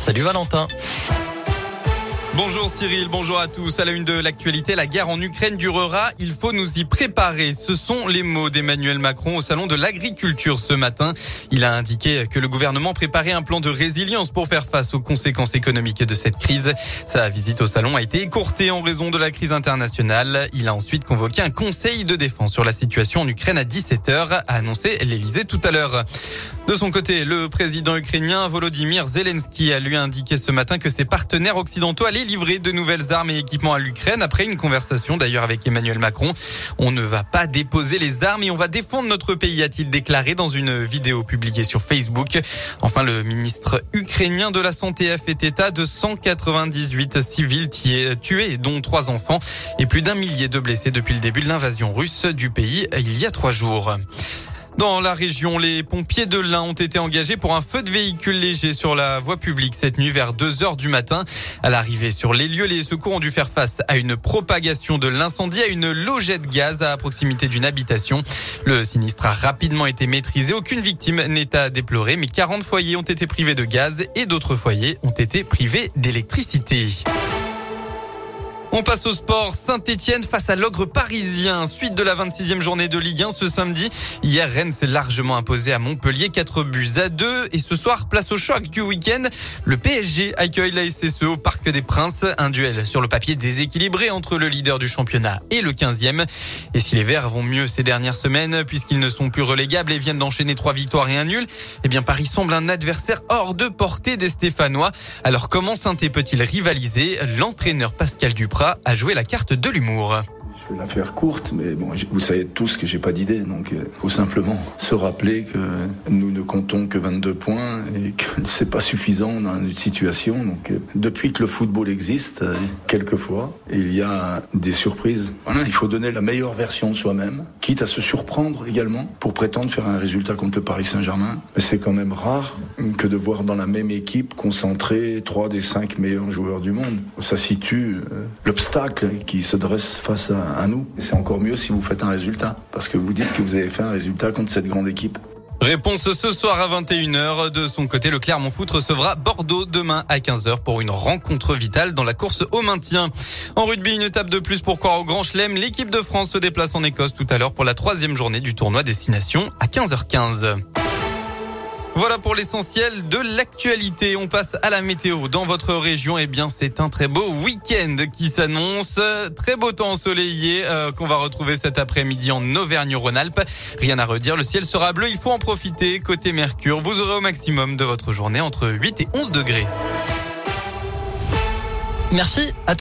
Salut Valentin. Bonjour Cyril, bonjour à tous. À la une de l'actualité, la guerre en Ukraine durera. Il faut nous y préparer. Ce sont les mots d'Emmanuel Macron au salon de l'agriculture ce matin. Il a indiqué que le gouvernement préparait un plan de résilience pour faire face aux conséquences économiques de cette crise. Sa visite au salon a été écourtée en raison de la crise internationale. Il a ensuite convoqué un conseil de défense sur la situation en Ukraine à 17h, a annoncé l'Elysée tout à l'heure. De son côté, le président ukrainien Volodymyr Zelensky a lui indiqué ce matin que ses partenaires occidentaux allaient livrer de nouvelles armes et équipements à l'Ukraine après une conversation d'ailleurs avec Emmanuel Macron. On ne va pas déposer les armes et on va défendre notre pays, a-t-il déclaré dans une vidéo publiée sur Facebook. Enfin, le ministre ukrainien de la Santé a fait état de 198 civils tués, dont 3 enfants et plus d'1 millier de blessés depuis le début de l'invasion russe du pays il y a 3 jours. Dans la région, les pompiers de l'Ain ont été engagés pour un feu de véhicule léger sur la voie publique cette nuit vers 2h du matin. À l'arrivée sur les lieux, les secours ont dû faire face à une propagation de l'incendie à une logette gaz à proximité d'une habitation. Le sinistre a rapidement été maîtrisé. Aucune victime n'est à déplorer, mais 40 foyers ont été privés de gaz et d'autres foyers ont été privés d'électricité. On passe au sport. Saint-Etienne face à l'Ogre parisien. Suite de la 26e journée de Ligue 1 ce samedi. Hier, Rennes s'est largement imposé à Montpellier 4-2. Et ce soir, place au choc du week-end. Le PSG accueille la SSE au Parc des Princes. Un duel sur le papier déséquilibré entre le leader du championnat et le 15e. Et si les Verts vont mieux ces dernières semaines, puisqu'ils ne sont plus relégables et viennent d'enchaîner 3 victoires et un nul, eh bien Paris semble un adversaire hors de portée des Stéphanois. Alors comment Saint-Etienne peut-il rivaliser? L'entraîneur Pascal Duprat a joué la carte de l'humour. Je vais la faire courte, mais bon, vous savez tous que j'ai pas d'idée, donc faut simplement se rappeler que nous ne comptons que 22 points et que c'est pas suffisant dans une situation. Donc depuis que le football existe, quelquefois, il y a des surprises. Voilà, il faut donner la meilleure version de soi-même, quitte à se surprendre également pour prétendre faire un résultat contre le Paris Saint-Germain. Mais c'est quand même rare que de voir dans la même équipe concentrer 3 des 5 meilleurs joueurs du monde. Ça situe l'obstacle qui se dresse face à nous. Et c'est encore mieux si vous faites un résultat, parce que vous dites que vous avez fait un résultat contre cette grande équipe. Réponse ce soir à 21h. De son côté, le Clermont Foot recevra Bordeaux demain à 15h pour une rencontre vitale dans la course au maintien. En rugby, une étape de plus pour croire au Grand Chelem. L'équipe de France se déplace en Écosse tout à l'heure pour la 3e journée du tournoi Destination à 15h15. Voilà pour l'essentiel de l'actualité. On passe à la météo. Dans votre région, eh bien, c'est un très beau week-end qui s'annonce. Très beau temps ensoleillé qu'on va retrouver cet après-midi en Auvergne-Rhône-Alpes. Rien à redire, le ciel sera bleu. Il faut en profiter. Côté Mercure, vous aurez au maximum de votre journée entre 8 et 11 degrés. Merci à